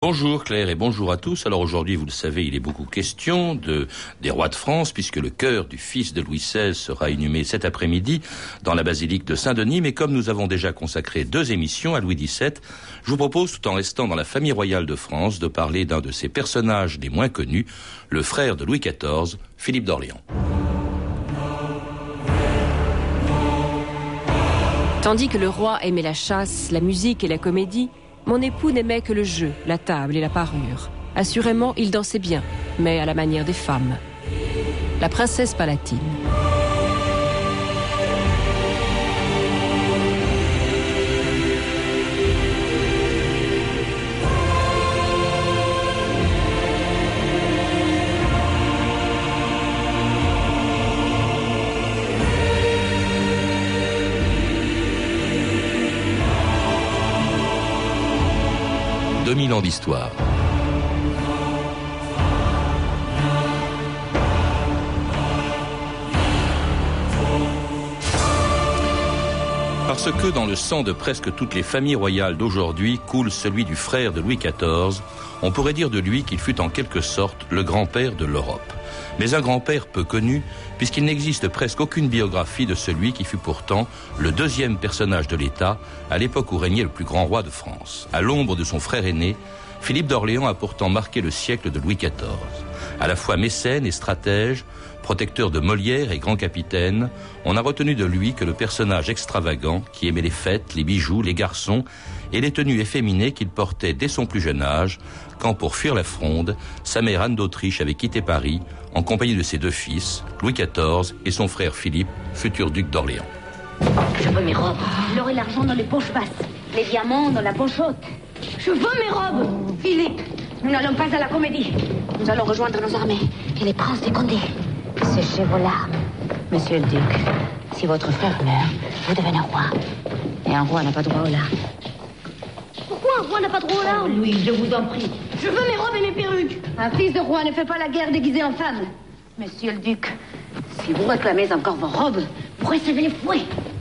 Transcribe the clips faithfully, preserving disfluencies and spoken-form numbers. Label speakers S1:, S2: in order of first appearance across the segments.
S1: Bonjour Claire et bonjour à tous. Alors aujourd'hui, vous le savez, il est beaucoup question de, des rois de France, puisque le cœur du fils de Louis seize sera inhumé cet après-midi dans la basilique de Saint-Denis. Mais comme nous avons déjà consacré deux émissions à Louis dix-sept, je vous propose, tout en restant dans la famille royale de France, de parler d'un de ses personnages les moins connus, le frère de Louis quatorze, Philippe d'Orléans.
S2: Tandis que le roi aimait la chasse, la musique et la comédie, mon époux n'aimait que le jeu, la table et la parure. Assurément, il dansait bien, mais à la manière des femmes. La princesse palatine.
S1: deux mille ans d'histoire. Parce que dans le sang de presque toutes les familles royales d'aujourd'hui coule celui du frère de Louis quatorze, on pourrait dire de lui qu'il fut en quelque sorte le grand-père de l'Europe. Mais un grand-père peu connu, puisqu'il n'existe presque aucune biographie de celui qui fut pourtant le deuxième personnage de l'État à l'époque où régnait le plus grand roi de France. À l'ombre de son frère aîné, Philippe d'Orléans a pourtant marqué le siècle de Louis quatorze. À la fois mécène et stratège, protecteur de Molière et grand capitaine, on a retenu de lui que le personnage extravagant qui aimait les fêtes, les bijoux, les garçons et les tenues efféminées qu'il portait dès son plus jeune âge, quand pour fuir la fronde, sa mère Anne d'Autriche avait quitté Paris en compagnie de ses deux fils, Louis quatorze et son frère Philippe, futur duc d'Orléans.
S3: Je veux mes robes, l'or et l'argent dans les poches basses, les diamants dans la poche haute. Je veux mes robes. Philippe, nous n'allons pas à la comédie. Nous allons rejoindre nos armées et les princes des Condé. Séchez vos larmes. Monsieur le duc, si votre frère meurt, vous devenez roi. Et un roi n'a pas droit aux larmes. Pourquoi un roi n'a pas droit aux larmes? Oh, Louis, je vous en prie. Je veux mes robes et mes perruques. Un fils de roi ne fait pas la guerre déguisé en femme. Monsieur le duc, si vous réclamez encore vos robes, vous recevez les fouets.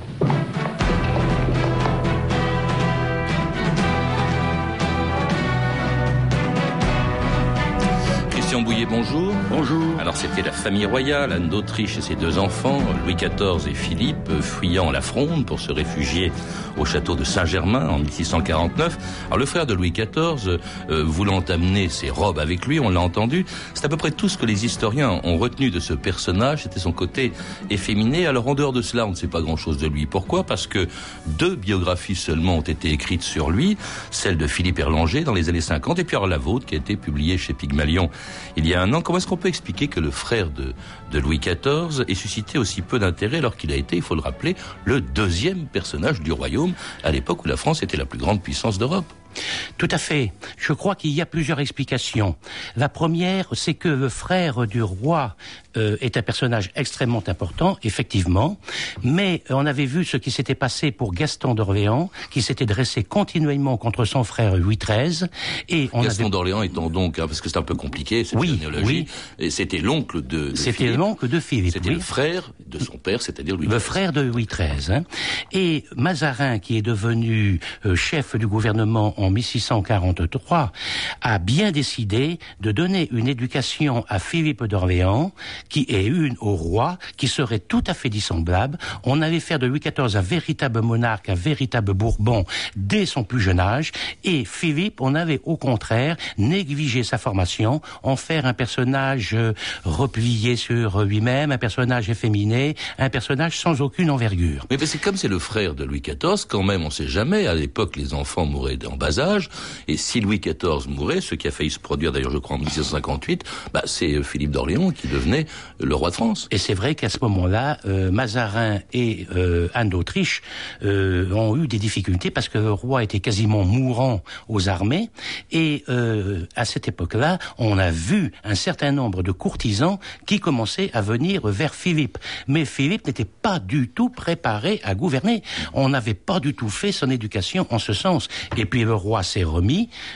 S1: Bouillet, bonjour.
S4: Bonjour.
S1: Alors c'était la famille royale, Anne d'Autriche et ses deux enfants, Louis quatorze et Philippe, fuyant la fronde pour se réfugier au château de Saint-Germain en mille six cent quarante-neuf. Alors le frère de Louis quatorze, euh, voulant amener ses robes avec lui, on l'a entendu, c'est à peu près tout ce que les historiens ont retenu de ce personnage, c'était son côté efféminé. Alors en dehors de cela, on ne sait pas grand-chose de lui. Pourquoi? Parce que deux biographies seulement ont été écrites sur lui, celle de Philippe Erlanger dans les années cinquante et puis alors la vôtre qui a été publiée chez Pygmalion il y a un an. Comment est-ce qu'on peut expliquer que le frère de, de Louis quatorze ait suscité aussi peu d'intérêt alors qu'il a été, il faut le rappeler, le deuxième personnage du royaume à l'époque où la France était la plus grande puissance d'Europe?
S4: Tout à fait. Je crois qu'il y a plusieurs explications. La première, c'est que le frère du roi euh, est un personnage extrêmement important, effectivement, mais on avait vu ce qui s'était passé pour Gaston d'Orléans, qui s'était dressé continuellement contre son frère Louis treize. Et on
S1: Gaston
S4: avait...
S1: d'Orléans étant donc, hein, parce que c'est un peu compliqué, cette
S4: oui,
S1: généalogie,
S4: oui.
S1: Et c'était l'oncle de, de
S4: C'était
S1: Philippe.
S4: l'oncle de Philippe,
S1: C'était
S4: oui.
S1: le frère de son père, c'est-à-dire Louis
S4: Le
S1: treize.
S4: frère de Louis treize. Hein. Et Mazarin, qui est devenu euh, chef du gouvernement en mille six cent quarante-trois, a bien décidé de donner une éducation à Philippe d'Orléans, qui est une au roi, qui serait tout à fait dissemblable. On allait faire de Louis quatorze un véritable monarque, un véritable Bourbon, dès son plus jeune âge, et Philippe, on avait au contraire négligé sa formation, en faire un personnage replié sur lui-même, un personnage efféminé, un personnage sans aucune envergure.
S1: Mais c'est comme c'est le frère de Louis quatorze, quand même, on ne sait jamais. À l'époque, les enfants mouraient en bas âge. Et si Louis quatorze mourait, ce qui a failli se produire d'ailleurs, je crois, en mille six cent cinquante-huit, bah, c'est Philippe d'Orléans qui devenait le roi de France.
S4: Et c'est vrai qu'à ce moment-là, euh, Mazarin et euh, Anne d'Autriche euh, ont eu des difficultés parce que le roi était quasiment mourant aux armées. Et euh, à cette époque-là, on a vu un certain nombre de courtisans qui commençaient à venir vers Philippe. Mais Philippe n'était pas du tout préparé à gouverner. On n'avait pas du tout fait son éducation en ce sens. Et puis le roi s'est remis,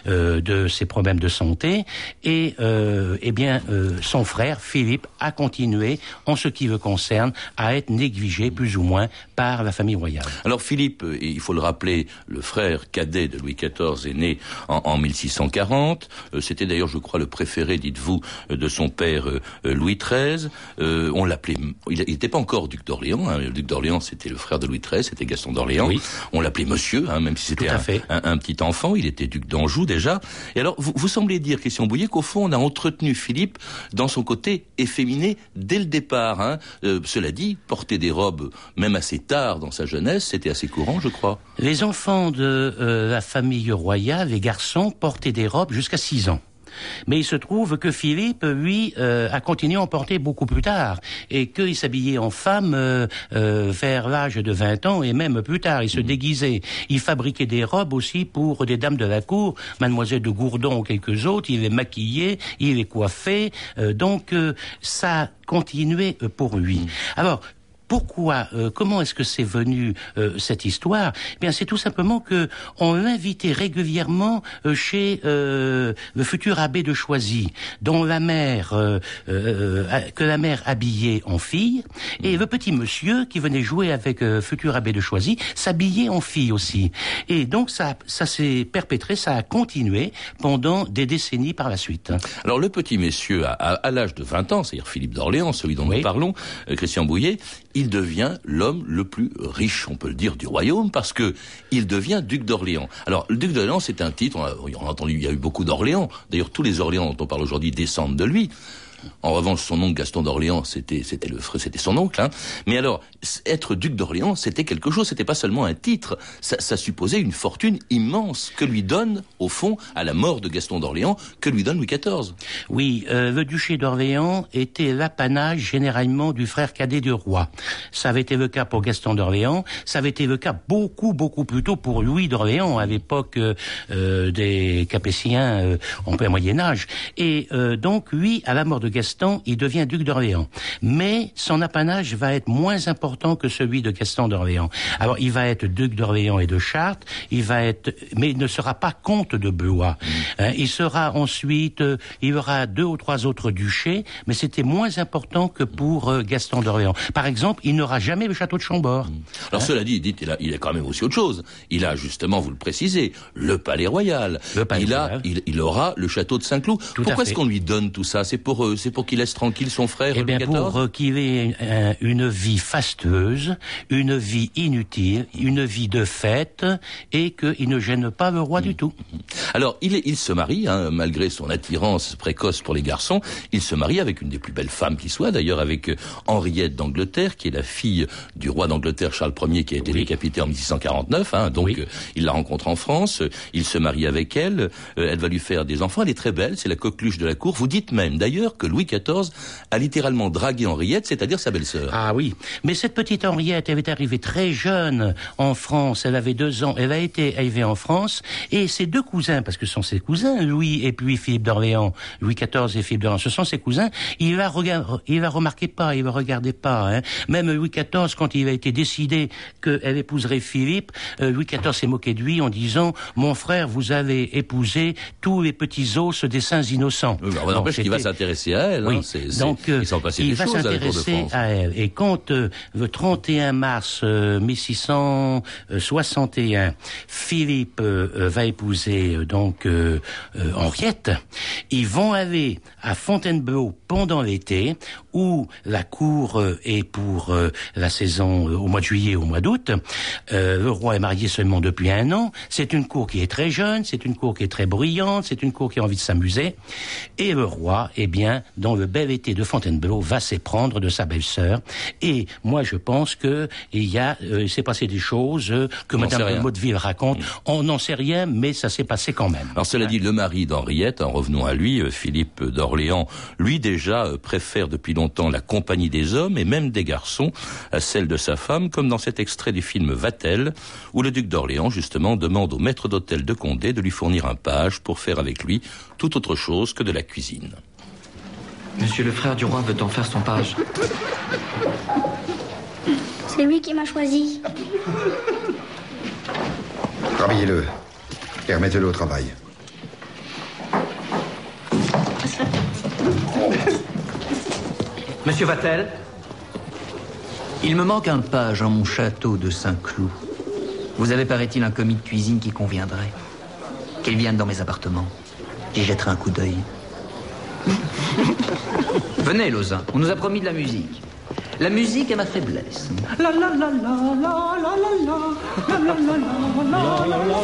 S4: euh, de ses problèmes de santé. Et euh, eh bien, euh, son frère, Philippe, a continué, en ce qui le concerne, à être négligé, plus ou moins, par la famille royale.
S1: Alors Philippe, il faut le rappeler, le frère cadet de Louis quatorze est né en, en mille six cent quarante. Euh, c'était d'ailleurs, je crois, le préféré, dites-vous, de son père euh, Louis treize. Euh, on l'appelait... Il n'était pas encore duc d'Orléans. Hein. Le duc d'Orléans, c'était le frère de Louis treize, c'était Gaston d'Orléans. Oui. On l'appelait monsieur, hein, même si c'était un, un, un petit enfant. Il était duc d'Anjou déjà. Et alors, vous, vous semblez dire, Christian Bouillet, qu'au fond, on a entretenu Philippe dans son côté efféminé dès le départ. Hein. Euh, cela dit, porter des robes, même assez tard dans sa jeunesse, c'était assez courant, je crois.
S4: Les enfants de euh, la famille royale, les garçons, portaient des robes jusqu'à six ans. Mais il se trouve que Philippe, lui, euh, a continué à en porter beaucoup plus tard, et qu'il s'habillait en femme euh, euh, vers l'âge de vingt ans, et même plus tard, il se déguisait. Il fabriquait des robes aussi pour des dames de la cour, mademoiselle de Gourdon ou quelques autres, il les maquillait, il les coiffait, euh, donc euh, ça continuait pour lui. Alors, pourquoi, euh, comment est-ce que c'est venu euh, cette histoire? Eh bien, c'est tout simplement que on l'invitait régulièrement euh, chez euh, le futur abbé de Choisy, dont la mère euh, euh, que la mère habillait en fille, et le petit monsieur qui venait jouer avec euh, futur abbé de Choisy s'habillait en fille aussi. Et donc ça, ça s'est perpétré, ça a continué pendant des décennies par la suite.
S1: Alors le petit monsieur, à, à, à l'âge de vingt ans, c'est-à-dire Philippe d'Orléans, celui dont oui. nous parlons, euh, Christian Bouillet, il devient l'homme le plus riche, on peut le dire, du royaume, parce que il devient duc d'Orléans. Alors, le duc d'Orléans, c'est un titre, on a, on a entendu, il y a eu beaucoup d'Orléans. D'ailleurs, tous les Orléans dont on parle aujourd'hui descendent de lui. En revanche, son oncle Gaston d'Orléans, c'était c'était le c'était son oncle. Hein. Mais alors, être duc d'Orléans, c'était quelque chose. C'était pas seulement un titre. Ça, ça supposait une fortune immense que lui donne, au fond, à la mort de Gaston d'Orléans, que lui donne Louis quatorze.
S4: Oui, euh, le duché d'Orléans était l'apanage généralement du frère cadet du roi. Ça avait été le cas pour Gaston d'Orléans. Ça avait été le cas beaucoup beaucoup plus tôt pour Louis d'Orléans à l'époque euh, des Capétiens euh, en plein Moyen Âge. Et euh, donc lui, à la mort de Gaston, il devient duc d'Orléans. Mais son apanage va être moins important que celui de Gaston d'Orléans. Alors, il va être duc d'Orléans et de Chartres, il va être, mais il ne sera pas comte de Blois. Mmh. Hein, il sera ensuite, euh, il y aura deux ou trois autres duchés, mais c'était moins important que pour euh, Gaston d'Orléans. Par exemple, il n'aura jamais le château de Chambord. Mmh.
S1: Alors, hein? Cela dit, dites, il a, il a quand même aussi autre chose. Il a justement, vous le précisez, le palais royal. Le palais il a, il, il aura le château de Saint-Cloud. Tout Pourquoi est-ce qu'on lui donne tout ça? C'est pour, euh, c'est pour qu'il laisse tranquille son frère
S4: Eh bien, pour euh, qu'il ait euh, une vie fastueuse, une vie inutile, une vie de fête, et qu'il ne gêne pas le roi mmh. du tout.
S1: Alors, il, il se marie, hein, malgré son attirance précoce pour les garçons, il se marie avec une des plus belles femmes qui soit, d'ailleurs avec euh, Henriette d'Angleterre, qui est la fille du roi d'Angleterre Charles Ier, qui a été oui. décapité en mille six cent quarante-neuf. Hein, donc, oui. euh, il la rencontre en France, euh, il se marie avec elle, euh, elle va lui faire des enfants, elle est très belle, c'est la coqueluche de la cour. Vous dites même, d'ailleurs, que Louis quatorze a littéralement dragué Henriette, c'est-à-dire sa belle-sœur.
S4: Ah oui, mais cette petite Henriette, elle est arrivée très jeune en France, elle avait deux ans, elle a été élevée en France, et ses deux cousins, parce que ce sont ses cousins, Louis et puis Philippe d'Orléans, Louis quatorze et Philippe d'Orléans, ce sont ses cousins, il la regarde, il la remarquait pas, il la regardait pas, hein. Même Louis quatorze, quand il a été décidé qu'elle épouserait Philippe, euh, Louis quatorze s'est moqué de lui en disant, mon frère, vous avez épousé tous les petits os des saints innocents.
S1: Oui, on n'empêche qu'il va s'intéresser à elle,
S4: oui.
S1: hein. C'est, c'est...
S4: Donc, euh, il va s'intéresser à, à elle. Et quand, euh, le trente et un mars euh, mille six cent soixante et un, Philippe euh, va épouser euh, donc euh, euh, Henriette, ils vont aller à Fontainebleau pendant l'été, où la cour euh, est pour euh, la saison euh, au mois de juillet, au mois d'août. Euh, le roi est marié seulement depuis un an. C'est une cour qui est très jeune, c'est une cour qui est très bruyante, c'est une cour qui a envie de s'amuser. Et le roi, eh bien, dans le bel été de Fontainebleau, va s'éprendre de sa belle-sœur. Et moi, je pense que il y a, euh, il s'est passé des choses euh, que on Madame de Motteville raconte. Mmh. On n'en sait rien, mais ça s'est passé quand même.
S1: Alors cela dit, le mari d'Henriette, en revenons à lui, euh, Philippe d'Orléans, lui déjà euh, préfère depuis longtemps la compagnie des hommes et même des garçons à celle de sa femme, comme dans cet extrait du film Vatel, où le duc d'Orléans justement demande au maître d'hôtel de Condé de lui fournir un page pour faire avec lui tout autre chose que de la cuisine.
S5: Monsieur le frère du roi veut en faire son page.
S3: C'est lui qui m'a choisi.
S6: Rhabillez-le et remettez-le au travail. Monsieur Vatel?
S7: Il me manque un page en mon château de Saint-Cloud. Vous avez, paraît-il, un commis de cuisine qui conviendrait. Qu'il vienne dans mes appartements. J'y jetterai un coup d'œil. Venez, Lauzun, on nous a promis de la musique. La musique est ma faiblesse.
S6: La la la la la la la la la la la la la la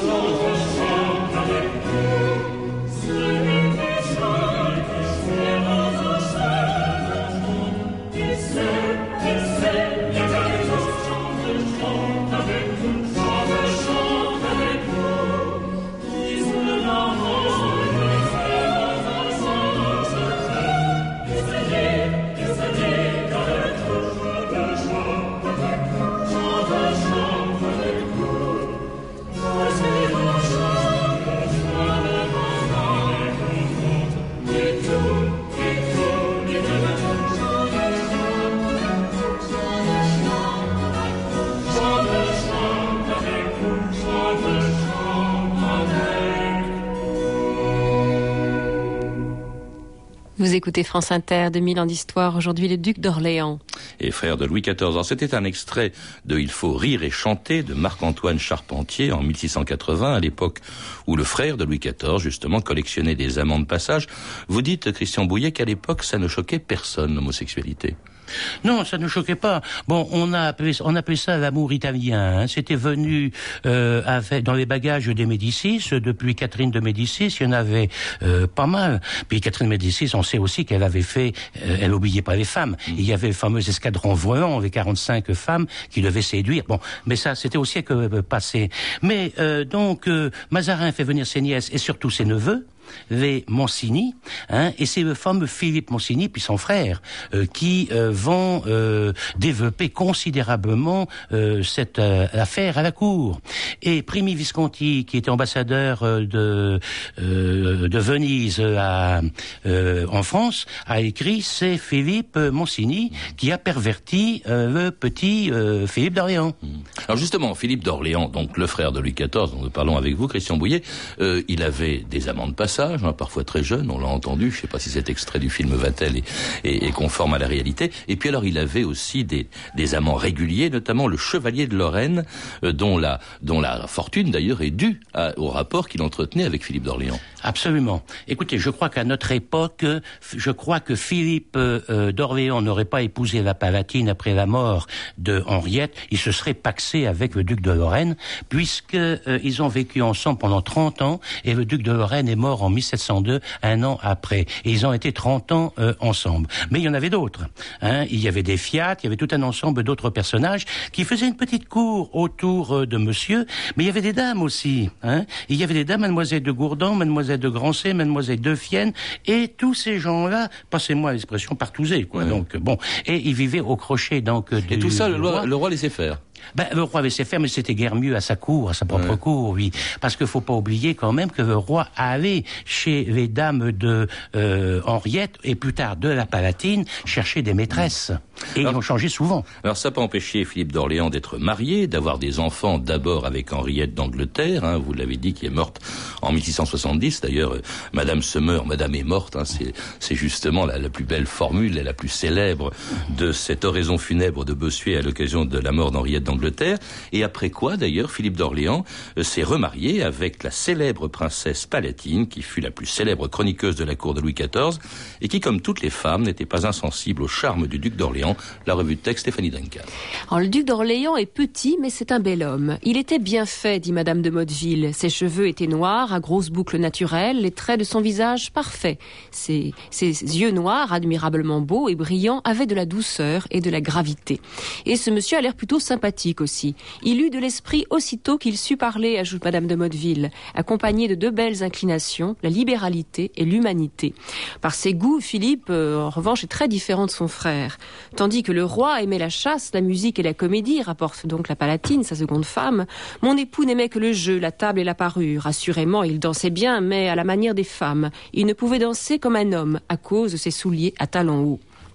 S2: Vous écoutez France Inter, deux mille ans d'histoire, aujourd'hui le duc d'Orléans.
S1: Et frère de Louis quatorze. Alors c'était un extrait de Il faut rire et chanter de Marc-Antoine Charpentier en mille six cent quatre-vingts, à l'époque où le frère de Louis quatorze, justement, collectionnait des amants de passage. Vous dites, Christian Bouillet, qu'à l'époque, ça ne choquait personne, l'homosexualité.
S4: Non, ça ne choquait pas. Bon, on a appelé, on appelait ça l'amour italien. Hein. C'était venu euh, avec, dans les bagages des Médicis. Depuis Catherine de Médicis, il y en avait euh, pas mal. Puis Catherine de Médicis, on sait aussi qu'elle avait fait, euh, elle oubliait pas les femmes. Mmh. Il y avait le fameux escadron volant avec quarante-cinq femmes qui devaient séduire. Bon, mais ça, c'était au siècle euh, passé. Mais euh, donc, euh, Mazarin fait venir ses nièces et surtout ses neveux. Les Mancini, hein, et c'est le fameux Philippe Mancini, puis son frère, euh, qui euh, vont euh, développer considérablement euh, cette euh, affaire à la cour. Et Primi Visconti, qui était ambassadeur euh, de euh, de Venise à, euh, en France, a écrit, c'est Philippe Mancini qui a perverti euh, le petit euh, Philippe d'Orléans.
S1: Alors justement, Philippe d'Orléans, donc le frère de Louis quatorze, dont nous parlons avec vous, Christian Bouillet, euh, il avait des amants de passage, Hein, parfois très jeune, on l'a entendu, je ne sais pas si cet extrait du film Vatel est, est, est conforme à la réalité. Et puis alors il avait aussi des, des amants réguliers, notamment le chevalier de Lorraine, euh, dont, la, dont la fortune d'ailleurs est due à, au rapport qu'il entretenait avec Philippe d'Orléans.
S4: Absolument. Écoutez, je crois qu'à notre époque, je crois que Philippe euh, d'Orléans n'aurait pas épousé la Palatine après la mort de Henriette, il se serait pacsé avec le duc de Lorraine, puisque euh, ils ont vécu ensemble pendant trente ans, et le duc de Lorraine est mort en mille sept cent deux, un an après. Et ils ont été trente ans euh, ensemble. Mais il y en avait d'autres. Hein. Il y avait des Fiat, il y avait tout un ensemble d'autres personnages qui faisaient une petite cour autour euh, de monsieur, mais il y avait des dames aussi. Hein. Il y avait des dames, mademoiselle de Gourdan, mademoiselle de Grancey, mademoiselle de Fienne, et tous ces gens-là, passez-moi l'expression, partousés, quoi. Ouais. Donc, bon. Et ils vivaient au crochet, donc, du,
S1: et tout ça, le roi,
S4: roi.
S1: le roi laissait faire.
S4: Ben, le roi laissait faire, mais c'était guère mieux à sa cour, à sa propre ouais. cour, oui. Parce qu'il faut pas oublier quand même que le roi allait chez les dames de euh, Henriette et plus tard de la Palatine chercher des maîtresses. Et alors, ils ont changé souvent.
S1: Alors ça n'a pas empêché Philippe d'Orléans d'être marié, d'avoir des enfants d'abord avec Henriette d'Angleterre, hein, vous l'avez dit, qui est morte en mille six cent soixante-dix. D'ailleurs, euh, Madame se meurt, Madame est morte. Hein, c'est, c'est justement la, la plus belle formule et la plus célèbre de cette oraison funèbre de Bossuet à l'occasion de la mort d'Henriette d'Angleterre. Et après quoi, d'ailleurs, Philippe d'Orléans euh, s'est remarié avec la célèbre princesse Palatine, qui fut la plus célèbre chroniqueuse de la cour de Louis quatorze, et qui, comme toutes les femmes, n'était pas insensible au charme du duc d'Orléans. La revue de texte, Stéphanie Duncan.
S2: Alors, le duc d'Orléans est petit, mais c'est un bel homme. Il était bien fait, dit Madame de Motteville. Ses cheveux étaient noirs, à grosses boucles naturelles, les traits de son visage parfaits. Ses, ses yeux noirs, admirablement beaux et brillants, avaient de la douceur et de la gravité. Et ce monsieur a l'air plutôt sympathique aussi. Il eut de l'esprit aussitôt qu'il sut parler, ajoute Madame de Motteville, accompagné de deux belles inclinations, la libéralité et l'humanité. Par ses goûts, Philippe, euh, en revanche, est très différent de son frère. Tandis que le roi aimait la chasse, la musique et la comédie, rapporte donc la Palatine, sa seconde femme, mon époux n'aimait que le jeu, la table et la parure. Assurément, il dansait bien, mais à la manière des femmes. Il ne pouvait danser comme un homme, à cause de ses souliers à talons hauts.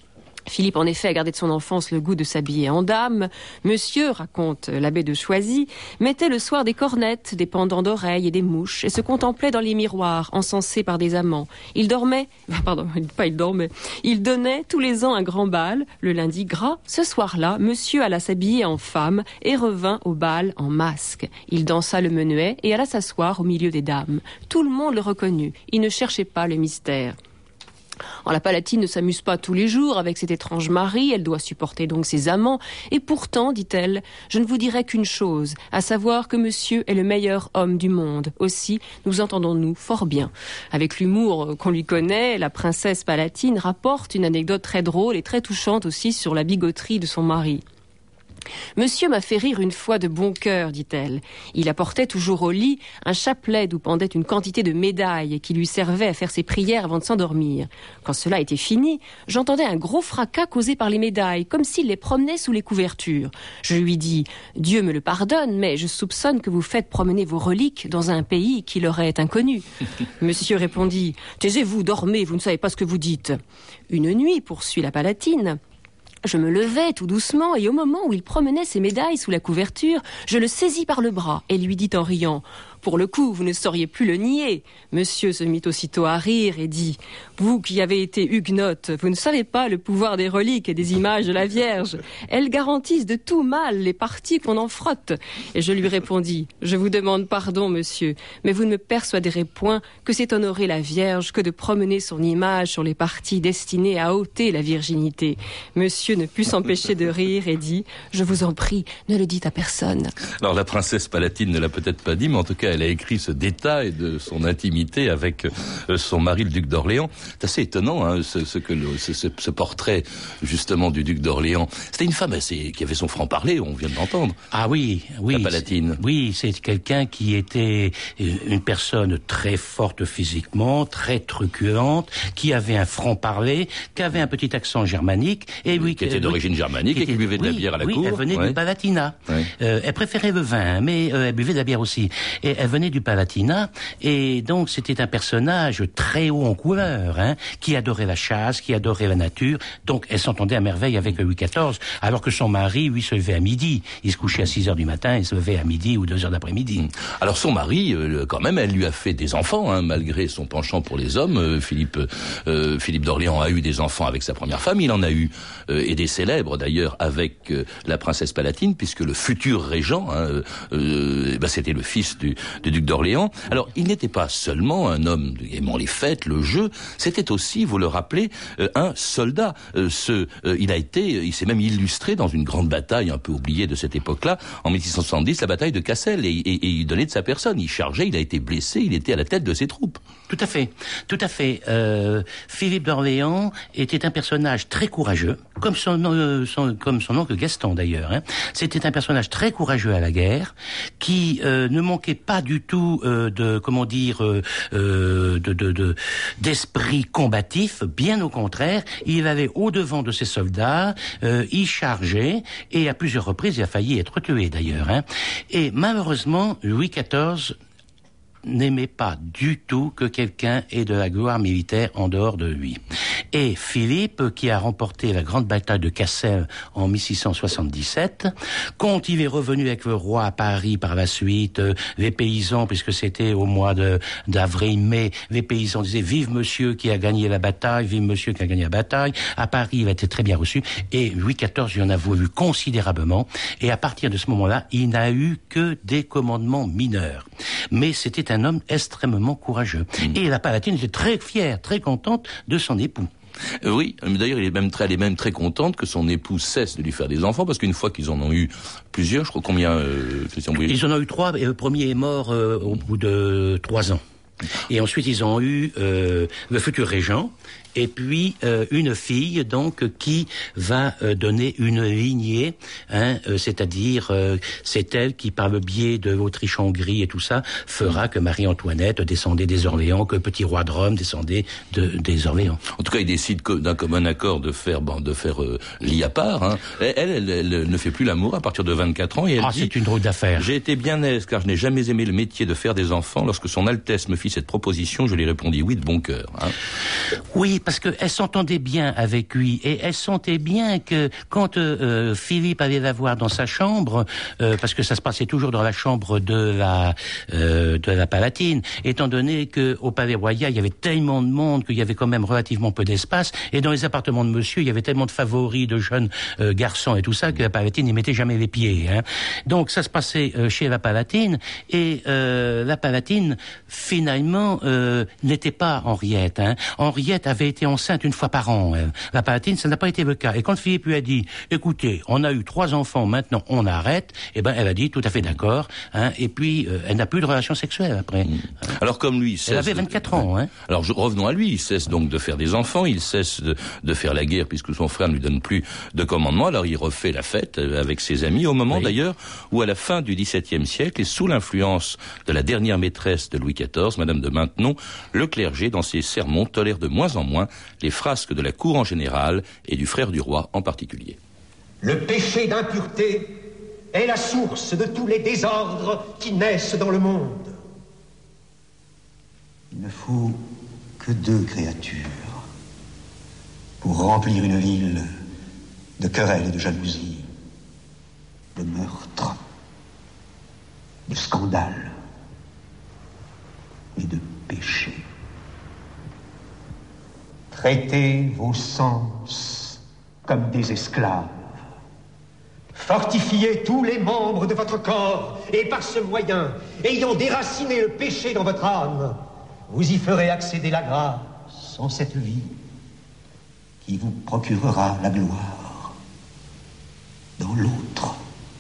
S2: Philippe, en effet, a gardé de son enfance le goût de s'habiller en dame. Monsieur, raconte l'abbé de Choisy, mettait le soir des cornettes, des pendants d'oreilles et des mouches et se contemplait dans les miroirs, encensé par des amants. Il dormait, pardon, pas il dormait, il donnait tous les ans un grand bal, le lundi gras. Ce soir-là, monsieur alla s'habiller en femme et revint au bal en masque. Il dansa le menuet et alla s'asseoir au milieu des dames. Tout le monde le reconnut. Il ne cherchait pas le mystère. Oh, la Palatine ne s'amuse pas tous les jours avec cet étrange mari, elle doit supporter donc ses amants, et pourtant, dit-elle, je ne vous dirai qu'une chose, à savoir que monsieur est le meilleur homme du monde. Aussi, nous entendons-nous fort bien. Avec l'humour qu'on lui connaît, la princesse Palatine rapporte une anecdote très drôle et très touchante aussi sur la bigoterie de son mari. Monsieur m'a fait rire une fois de bon cœur, dit-elle. Il apportait toujours au lit un chapelet d'où pendait une quantité de médailles qui lui servait à faire ses prières avant de s'endormir. Quand cela était fini, j'entendais un gros fracas causé par les médailles, comme s'il les promenait sous les couvertures. Je lui dis, Dieu me le pardonne, mais je soupçonne que vous faites promener vos reliques dans un pays qui leur est inconnu. Monsieur répondit, taisez-vous, dormez, vous ne savez pas ce que vous dites. Une nuit, poursuit la Palatine, je me levai tout doucement et au moment où il promenait ses médailles sous la couverture, je le saisis par le bras et lui dit en riant « Pour le coup, vous ne sauriez plus le nier ». Monsieur se mit aussitôt à rire et dit « Vous qui avez été huguenote, vous ne savez pas le pouvoir des reliques et des images de la Vierge. Elles garantissent de tout mal les parties qu'on en frotte. » Et je lui répondis « Je vous demande pardon, monsieur, mais vous ne me persuaderez point que c'est honorer la Vierge que de promener son image sur les parties destinées à ôter la virginité. » Monsieur ne put s'empêcher de rire et dit « Je vous en prie, ne le dites à personne. »
S1: Alors la princesse Palatine ne l'a peut-être pas dit, mais en tout cas elle a écrit ce détail de son intimité avec euh, son mari le duc d'Orléans. C'est assez étonnant hein, ce, ce, que le, ce, ce portrait justement du duc d'Orléans. C'était une femme assez, qui avait son franc-parler, on vient de l'entendre.
S4: Ah oui, oui.
S1: La Palatine.
S4: C'est, oui, c'est quelqu'un qui était une personne très forte physiquement, très truculente, qui avait un franc-parler, qui avait un petit accent germanique et oui,
S1: qui était d'origine germanique qui et qui buvait de
S4: oui,
S1: la bière à la
S4: oui,
S1: cour.
S4: Elle venait
S1: ouais.
S4: du Palatinat.
S1: Ouais.
S4: Euh, elle préférait le vin, mais euh, elle buvait de la bière aussi. Et elle venait du Palatinat, et donc c'était un personnage très haut en couleur, hein, qui adorait la chasse, qui adorait la nature. Donc elle s'entendait à merveille avec Louis quatorze, alors que son mari, lui, se levait à midi. Il se couchait à six heures du matin, il se levait à midi ou deux heures d'après-midi.
S1: Alors son mari, euh, quand même, elle lui a fait des enfants, hein, malgré son penchant pour les hommes. Euh, Philippe, euh, Philippe d'Orléans a eu des enfants avec sa première femme. Il en a eu euh, et des célèbres d'ailleurs avec euh, la princesse Palatine, puisque le futur régent, hein, euh, bah, c'était le fils du, du duc d'Orléans. Alors il n'était pas seulement un homme aimant les fêtes, le jeu, c'était aussi, vous le rappelez, euh, un soldat. Euh, ce, euh, il a été, il s'est même illustré dans une grande bataille un peu oubliée de cette époque-là, en mille six cent soixante-dix, la bataille de Cassel, et, et, et il donnait de sa personne. Il chargeait, il a été blessé, il était à la tête de ses troupes.
S4: Tout à fait, tout à fait. Euh, Philippe d'Orléans était un personnage très courageux, comme son, euh, son, comme son oncle Gaston d'ailleurs. Hein. C'était un personnage très courageux à la guerre, qui euh, ne manquait pas du tout euh, de, comment dire, euh, de, de, de, d'esprit combatif. Bien au contraire, il allait au-devant de ses soldats, euh, il chargeait, et à plusieurs reprises, il a failli être tué d'ailleurs. Hein. Et malheureusement, Louis quatorze n'aimait pas du tout que quelqu'un ait de la gloire militaire en dehors de lui. Et Philippe, qui a remporté la grande bataille de Cassel en mille six cent soixante-dix-sept, quand il est revenu avec le roi à Paris par la suite, euh, les paysans, puisque c'était au mois de, d'avril-mai, les paysans disaient « Vive monsieur qui a gagné la bataille, vive monsieur qui a gagné la bataille ». À Paris, il a été très bien reçu, et Louis quatorze lui en a voulu considérablement, et à partir de ce moment-là, il n'a eu que des commandements mineurs. Mais c'était un homme extrêmement courageux. Mmh. Et la Palatine était très fière, très contente de son époux.
S1: Euh, oui, d'ailleurs, il est même très, elle est même très contente que son époux cesse de lui faire des enfants, parce qu'une fois qu'ils en ont eu plusieurs, je crois combien, euh, Christian Bouillet ?
S4: Ils en ont eu trois, et le premier est mort euh, au bout de trois ans. Et ensuite, ils ont eu euh, le futur régent, et puis euh, une fille donc qui va euh, donner une lignée, hein, euh, c'est-à-dire euh, c'est elle qui, par le biais de l'Autriche-Hongrie et tout ça, fera que Marie-Antoinette descendait des Orléans, que le petit roi de Rome descendait de, des Orléans.
S1: En tout cas, il décide d'un commun accord de faire bon, de faire euh, lit à part. Hein. Elle, elle, elle, elle ne fait plus l'amour à partir de vingt-quatre ans, et elle
S4: ah,
S1: dit,
S4: c'est une drôle d'affaire.
S1: J'ai été bien aise car je n'ai jamais aimé le métier de faire des enfants. Lorsque son Altesse me fit accepté cette proposition. Je lui répondis oui de bon cœur. Hein.
S4: Oui, parce qu'elle s'entendait bien avec lui et elle sentait bien que quand euh, Philippe allait la voir dans sa chambre, euh, parce que ça se passait toujours dans la chambre de la euh, de la Palatine, étant donné que au Palais Royal il y avait tellement de monde qu'il y avait quand même relativement peu d'espace, et dans les appartements de monsieur il y avait tellement de favoris, de jeunes euh, garçons et tout ça que la Palatine n'y mettait jamais les pieds. Hein. Donc ça se passait euh, chez la Palatine, et euh, la Palatine finalement euh, n'était pas Henriette. Hein. Henriette avait été enceinte une fois par an. Elle. La Palatine, ça n'a pas été le cas. Et quand Philippe lui a dit, écoutez, on a eu trois enfants, maintenant on arrête, eh ben elle a dit tout à fait d'accord. Hein, et puis euh, elle n'a plus de relation sexuelle après. Mmh.
S1: Alors comme lui,
S4: elle avait vingt-quatre ans. Hein.
S1: Alors je, revenons à lui. Il cesse donc de faire des enfants, il cesse de, de faire la guerre puisque son frère ne lui donne plus de commandement. Alors il refait la fête avec ses amis au moment oui. d'ailleurs où à la fin du dix-septième siècle et sous l'influence de la dernière maîtresse de Louis quatorze, Madame de Maintenon, le clergé dans ses sermons tolère de moins en moins les frasques de la cour en général et du frère du roi en particulier.
S8: Le péché d'impureté est la source de tous les désordres qui naissent dans le monde.
S9: Il ne faut que deux créatures pour remplir une ville de querelles et de jalousie, de meurtres, de scandales et de péchés. Traitez vos sens comme des esclaves.
S8: Fortifiez tous les membres de votre corps, et par ce moyen, ayant déraciné le péché dans votre âme, vous y ferez accéder la grâce en cette vie
S9: qui vous procurera la gloire dans l'autre.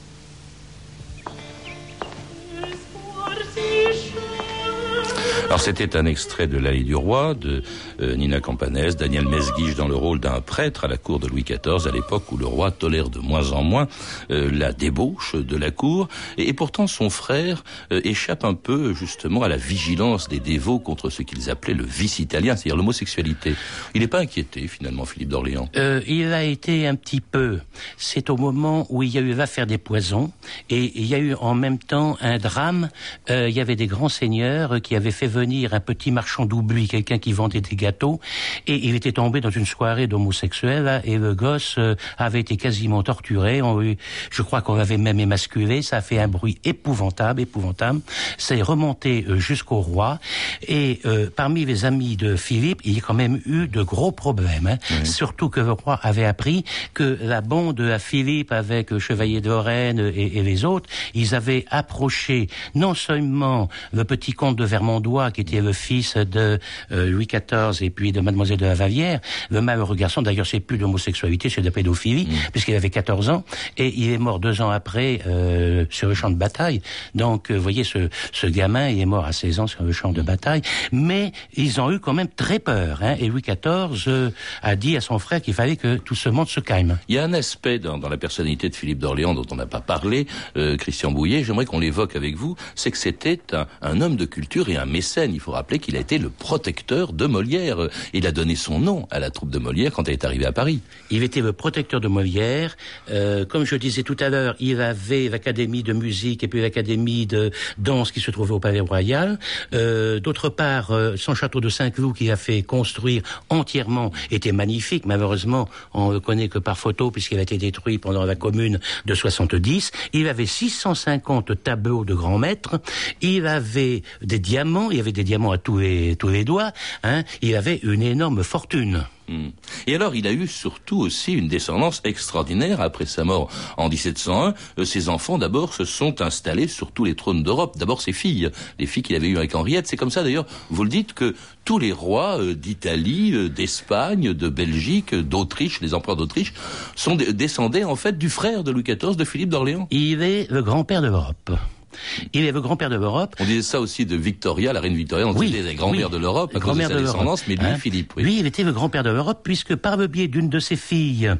S1: Alors c'était un extrait de L'Allée du Roi de euh, Nina Campanès, Daniel Mesguich dans le rôle d'un prêtre à la cour de Louis quatorze, à l'époque où le roi tolère de moins en moins euh, la débauche de la cour, et, et pourtant son frère euh, échappe un peu justement à la vigilance des dévots contre ce qu'ils appelaient le vice italien, c'est-à-dire l'homosexualité. Il n'est pas inquiété finalement, Philippe d'Orléans.
S4: Euh, il a été un petit peu. C'est au moment où il y a eu l'affaire des poisons, et il y a eu en même temps un drame. Euh, il y avait des grands seigneurs qui avaient fait venir un petit marchand d'oubli, quelqu'un qui vendait des gâteaux, et il était tombé dans une soirée d'homosexuels, et le gosse euh, avait été quasiment torturé. On, je crois qu'on l'avait même émasculé. Ça a fait un bruit épouvantable, épouvantable. Ça est remonté euh, jusqu'au roi, et euh, parmi les amis de Philippe, il y a quand même eu de gros problèmes. Hein. Oui. Surtout que le roi avait appris que la bande à Philippe, avec le chevalier de Lorraine et, et les autres, ils avaient approché non seulement le petit comte de Vermandois, qui était le fils de euh, Louis quatorze et puis de Mademoiselle de la Vallière, le malheureux garçon, d'ailleurs c'est plus d'homosexualité, c'est de pédophilie, mmh. puisqu'il avait quatorze ans, et il est mort deux ans après euh, sur le champ de bataille. Donc, euh, vous voyez, ce, ce gamin, il est mort à seize ans sur le champ de bataille, mais ils ont eu quand même très peur, hein, et Louis quatorze euh, a dit à son frère qu'il fallait que tout ce monde se calme.
S1: Il y a un aspect dans, dans la personnalité de Philippe d'Orléans dont on n'a pas parlé, euh, Christian Bouillet, j'aimerais qu'on l'évoque avec vous, c'est que c'était un, un homme de culture et un mécène. Il faut rappeler qu'il a été le protecteur de Molière. Il a donné son nom à la troupe de Molière quand elle est arrivée à Paris.
S4: Il était le protecteur de Molière. Euh, comme je disais tout à l'heure, il avait l'académie de musique et puis l'académie de danse qui se trouvait au Palais Royal. Euh, d'autre part, euh, son château de Saint-Cloud qu'il a fait construire entièrement était magnifique. Malheureusement, on le connaît que par photo puisqu'il a été détruit pendant la Commune de soixante-dix. Il avait six cent cinquante tableaux de grands maîtres. Il avait des diamants. Il y avait des diamants à tous les, tous les doigts, hein. Il avait une énorme fortune.
S1: Mmh. Et alors, il a eu surtout aussi une descendance extraordinaire après sa mort en dix-sept cent un. Euh, ses enfants, d'abord, se sont installés sur tous les trônes d'Europe. D'abord, ses filles, les filles qu'il avait eues avec Henriette. C'est comme ça, d'ailleurs, vous le dites, que tous les rois euh, d'Italie, euh, d'Espagne, de Belgique, euh, d'Autriche, les empereurs d'Autriche, sont d- descendés, en fait, du frère de Louis quatorze, de Philippe d'Orléans.
S4: Il est le grand-père de l'Europe. Il est le grand-père de l'Europe.
S1: On disait ça aussi de Victoria, la reine Victoria, on
S4: oui,
S1: disait les grands-mères
S4: oui,
S1: de l'Europe à cause de sa de descendance, mais lui, hein, Philippe. Oui.
S4: Lui, il était le grand-père de l'Europe, puisque par le biais d'une de ses filles,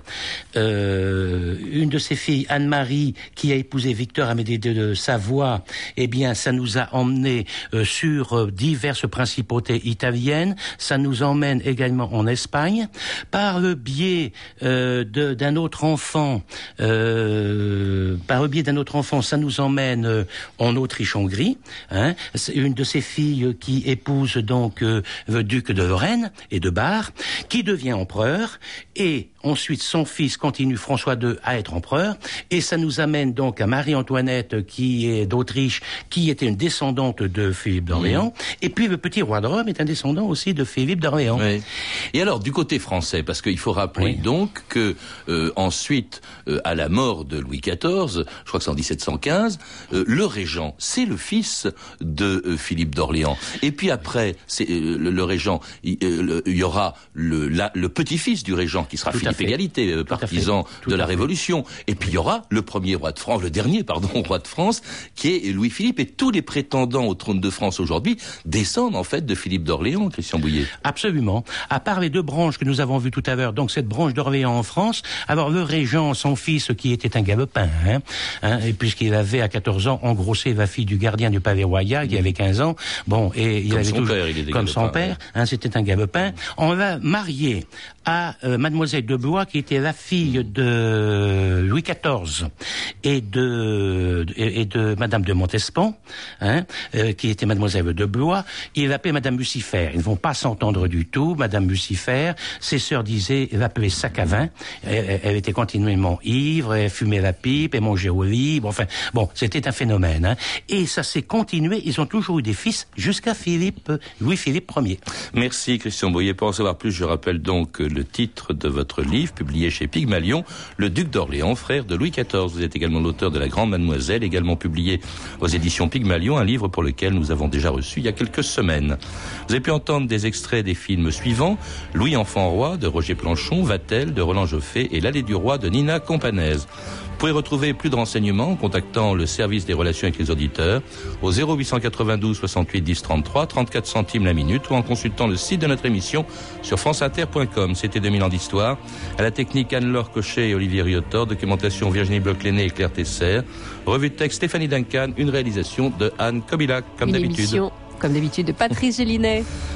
S4: euh, une de ses filles, Anne-Marie, qui a épousé Victor Amédée de Savoie, eh bien, ça nous a emmené euh, sur euh, diverses principautés italiennes. Ça nous emmène également en Espagne. Par le biais euh, de, d'un autre enfant, euh, par le biais d'un autre enfant, ça nous emmène euh, en Autriche-Hongrie. Hein. C'est une de ses filles qui épouse donc euh, le duc de Lorraine et de Bar, qui devient empereur, et ensuite son fils continue, François deux, à être empereur, et ça nous amène donc à Marie-Antoinette, qui est d'Autriche, qui était une descendante de Philippe d'Orléans, mmh. et puis le petit roi de Rome est un descendant aussi de Philippe d'Orléans.
S1: Oui. Et alors, du côté français, parce qu'il faut rappeler oui. donc que euh, ensuite, euh, à la mort de Louis quatorze, je crois que c'est en dix-sept cent quinze, euh, le régent, c'est le fils de euh, Philippe d'Orléans. Et puis après, c'est euh, le, le régent, il euh, y aura le, la, le petit-fils du régent qui sera Tout Philippe Égalité, euh, partisan de la Révolution. Et puis il y aura le premier roi de France, le dernier, pardon, roi de France, qui est Louis-Philippe. Et tous les prétendants au trône de France aujourd'hui descendent en fait de Philippe d'Orléans, Christian Bouillet.
S4: Absolument. À part les deux branches que nous avons vues tout à l'heure, donc cette branche d'Orléans en France, alors le régent, son fils, qui était un galopin, hein, hein, et puisqu'il avait à quatorze ans engrossé la fille du gardien du palais royal, qui avait quinze ans, bon, et il
S1: comme
S4: avait
S1: son
S4: toujours,
S1: père, il était
S4: comme
S1: galopin,
S4: son père, hein, c'était un galopin. On l'a marié à euh, Mademoiselle de Blois, qui était la fille de Louis quatorze et de et, et de Madame de Montespan, hein, euh, qui était Mademoiselle de Blois. Il l'appelait Madame Lucifer. Ils ne vont pas s'entendre du tout, Madame Lucifer. Ses sœurs disaient, elle l'appelait sac à vin. Elle, elle était continuellement ivre, elle fumait la pipe, elle mangeait au lit. Bon, enfin, bon, c'était un phénomène. Hein. Et ça s'est continué. Ils ont toujours eu des fils jusqu'à Philippe, Louis-Philippe Ier.
S1: Merci Christian Bouillet. Pour en savoir plus, je rappelle donc le titre de votre livre, publié chez Pygmalion, Le Duc d'Orléans, frère de Louis quatorze. Vous êtes également l'auteur de La Grande Mademoiselle, également publié aux éditions Pygmalion, un livre pour lequel nous avons déjà reçu il y a quelques semaines. Vous avez pu entendre des extraits des films suivants: Louis Enfant Roi de Roger Planchon, Vatel de Roland Joffé et L'Allée du Roi de Nina Companèse. Vous pouvez retrouver plus de renseignements en contactant le service des relations avec les auditeurs au zéro huit cent quatre-vingt-douze soixante-huit dix trente-trois, trente-quatre centimes la minute, ou en consultant le site de notre émission sur franceinter point com. C'était deux mille ans d'histoire. À la technique, Anne-Laure Cochet et Olivier Riotor. Documentation, Virginie Bloch-Lenné et Claire Tesser. Revue de texte, Stéphanie Duncan. Une réalisation de Anne Kobilac, comme
S2: Une
S1: d'habitude.
S2: Émission, comme d'habitude, de Patrice Gélinet.